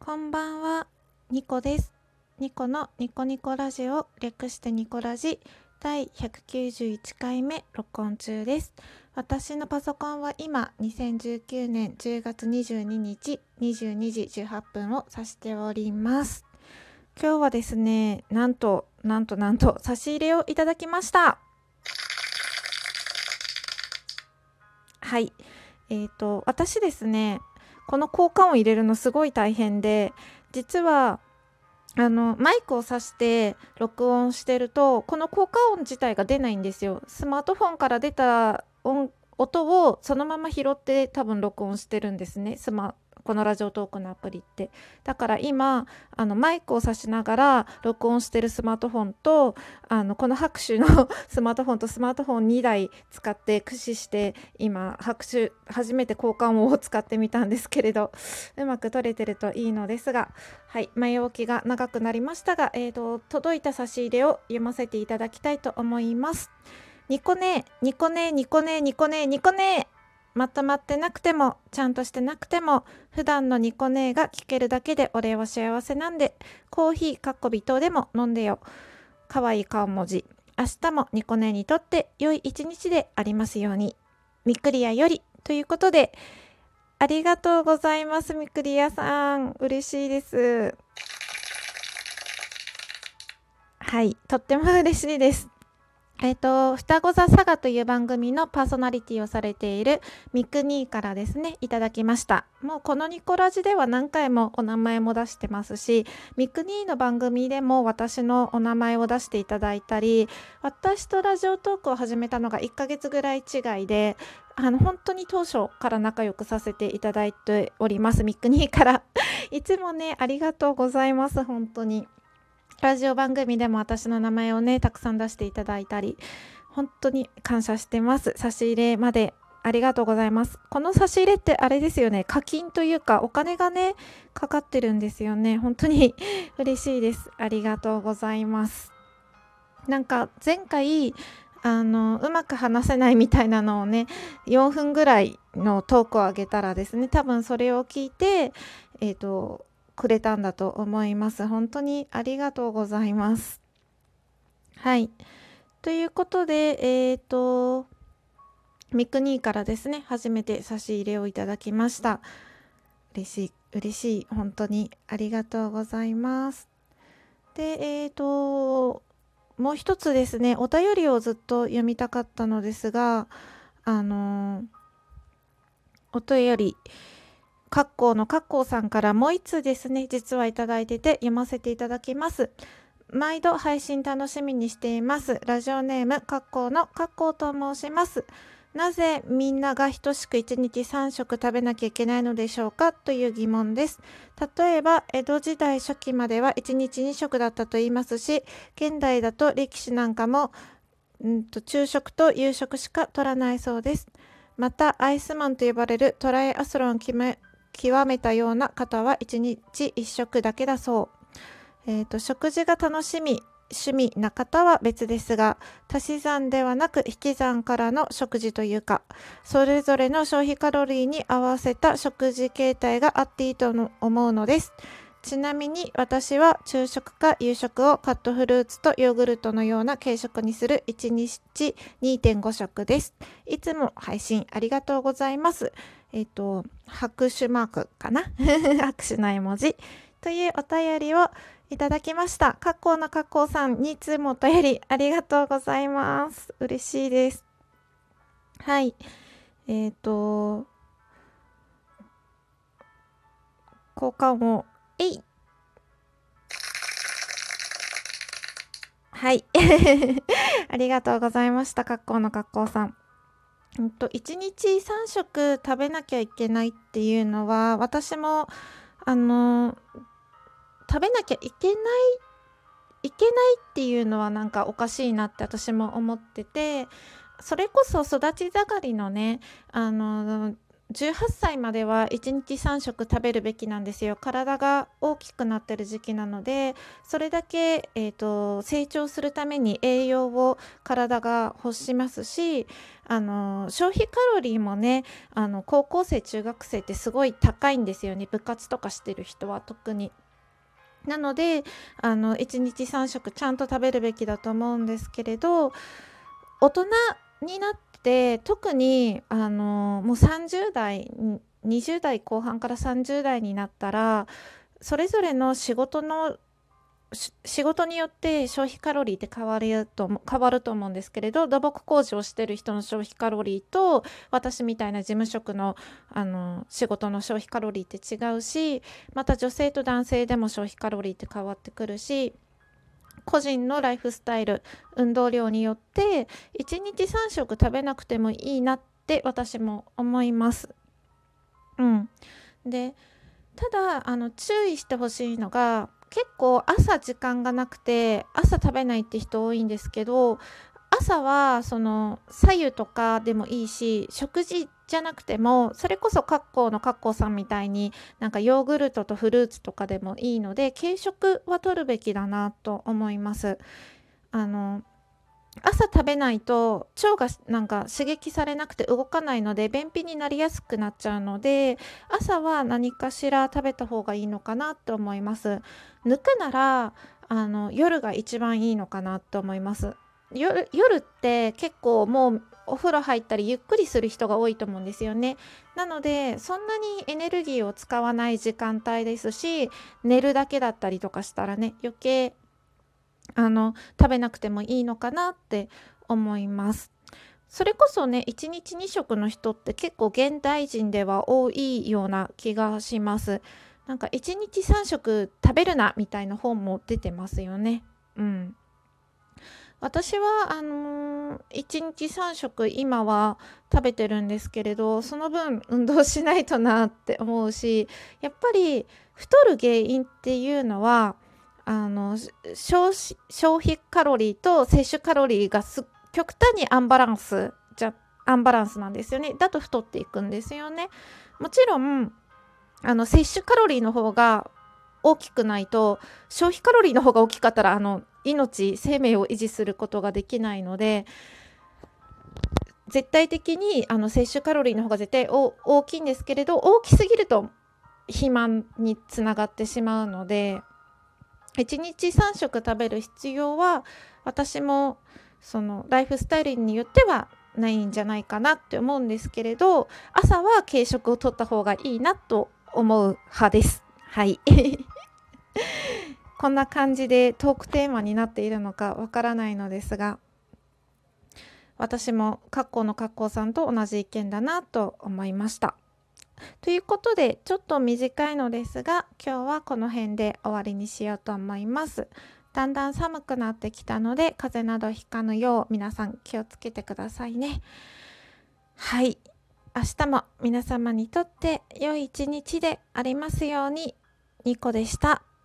こんばんは、ニコです。ニコのニコニコラジオ、略してニコラジ第191回目録音中です。私のパソコンは今2019年10月22日22時18分を指しております。今日はですね、なんと差し入れをいただきました。はい。私ですね、この効果音入れるのすごい大変で、実はマイクを挿して録音してるとこの効果音自体が出ないんですよ。スマートフォンから出た音をそのまま拾って多分録音してるんですね、このラジオトークのアプリって。だから今マイクを挿しながら録音してるスマートフォンとこの拍手のスマートフォンとスマートフォン2台使って駆使して今初めて効果音を使ってみたんですけれど、うまく撮れてるといいのですが、はい、前置きが長くなりましたが、届いた差し入れを読ませていただきたいと思います。ニコネニコネニコネニコネニコネ、まとまってなくてもちゃんとしてなくても普段のニコネが聞けるだけで俺は幸せなんで、コーヒーかっこ微糖でも飲んでよ。かわいい顔文字。明日もニコネにとって良い一日でありますように。ミクリアよりということで、ありがとうございます。ミクリアさん、嬉しいです。はい、とっても嬉しいです。双子座サガという番組のパーソナリティをされているミクニーからですね、いただきました。もうこのニコラジでは何回もお名前も出してますし、ミクニーの番組でも私のお名前を出していただいたり、私とラジオトークを始めたのが1ヶ月ぐらい違いで、本当に当初から仲良くさせていただいております。ミクニーからいつもね、ありがとうございます。本当にラジオ番組でも私の名前をねたくさん出していただいたり、本当に感謝してます。差し入れまでありがとうございます。この差し入れってあれですよね、課金というかお金がねかかってるんですよね。本当に嬉しいです。ありがとうございます。なんか前回うまく話せないみたいなのをね、4分ぐらいのトークを上げたらですね、多分それを聞いてくれたんだと思います。本当にありがとうございます。はい。ということで、ミクニーからですね、初めて差し入れをいただきました。嬉しい、嬉しい。本当にありがとうございます。で、もう一つですね、お便りをずっと読みたかったのですが、お便り、格好の格好さんからもう一通ですね、実はいただいてて読ませていただきます。毎度配信楽しみにしています。ラジオネーム格好の格好と申します。なぜみんなが等しく1日3食食べなきゃいけないのでしょうかという疑問です。例えば江戸時代初期までは1日2食だったと言いますし、現代だと力士なんかも昼食と夕食しか取らないそうです。またアイスマンと呼ばれるトライアスロンを極めたような方は1日1食だけだそう。食事が楽しみ趣味な方は別ですが、足し算ではなく引き算からの食事というか、それぞれの消費カロリーに合わせた食事形態があっていいと思うのです。ちなみに私は昼食か夕食をカットフルーツとヨーグルトのような軽食にする1日2.5 食です。いつも配信ありがとうございます。拍手マークかな拍手の絵文字というお便りをいただきました。格好の格好さん2通もお便りありがとうございます。嬉しいです。はい。交換をはい。ありがとうございました。格好の格好さん。1日3食食べなきゃいけないっていうのは、私も、食べなきゃいけないっていうのはなんかおかしいなって私も思ってて、それこそ育ち盛りのね、 18歳までは1日3食食べるべきなんですよ。体が大きくなってる時期なので、それだけ、成長するために栄養を体が欲しますし、消費カロリーもね、高校生中学生ってすごい高いんですよね。部活とかしてる人は特に。なので1日3食ちゃんと食べるべきだと思うんですけれど、大人になって特にもう30代20代後半から30代になったら、それぞれの仕事によって消費カロリーって変わると思うんですけれど、土木工事をしてる人の消費カロリーと私みたいな事務職の、仕事の消費カロリーって違うし、また女性と男性でも消費カロリーって変わってくるし、個人のライフスタイル、運動量によって1日3食食べなくてもいいなって私も思います。うん、でただ注意してほしいのが、結構朝時間がなくて朝食べないって人多いんですけど、朝はその白湯とかでもいいし、食事じゃなくてもそれこそカッコーのカッコーさんみたいになんかヨーグルトとフルーツとかでもいいので、軽食は取るべきだなと思います。あの朝食べないと腸がなんか刺激されなくて動かないので便秘になりやすくなっちゃうので、朝は何かしら食べた方がいいのかなと思います。抜くなら夜が一番いいのかなと思います。夜って結構もうお風呂入ったりゆっくりする人が多いと思うんですよね。なのでそんなにエネルギーを使わない時間帯ですし、寝るだけだったりとかしたらね、余計食べなくてもいいのかなって思います。それこそね、1日2食の人って結構現代人では多いような気がします。なんか1日3食食べるなみたいな本も出てますよね。うん。私は1日3食今は食べてるんですけれど、その分運動しないとなって思うし、やっぱり太る原因っていうのは消費カロリーと摂取カロリーが極端にアンバランスなんですよね。だと太っていくんですよね。もちろん摂取カロリーの方が大きくないと、消費カロリーの方が大きかったら生命を維持することができないので、絶対的に摂取カロリーの方が絶対大きいんですけれど、大きすぎると肥満につながってしまうので、1日3食食べる必要は私もそのライフスタイルによってはないんじゃないかなって思うんですけれど、朝は軽食を取った方がいいなと思う派です。はいこんな感じでトークテーマになっているのかわからないのですが、私も格好の格好さんと同じ意見だなと思いました。ということで、ちょっと短いのですが、今日はこの辺で終わりにしようと思います。だんだん寒くなってきたので、風邪などひかぬよう皆さん気をつけてくださいね。はい。明日も皆様にとって良い一日でありますように。ニコでした。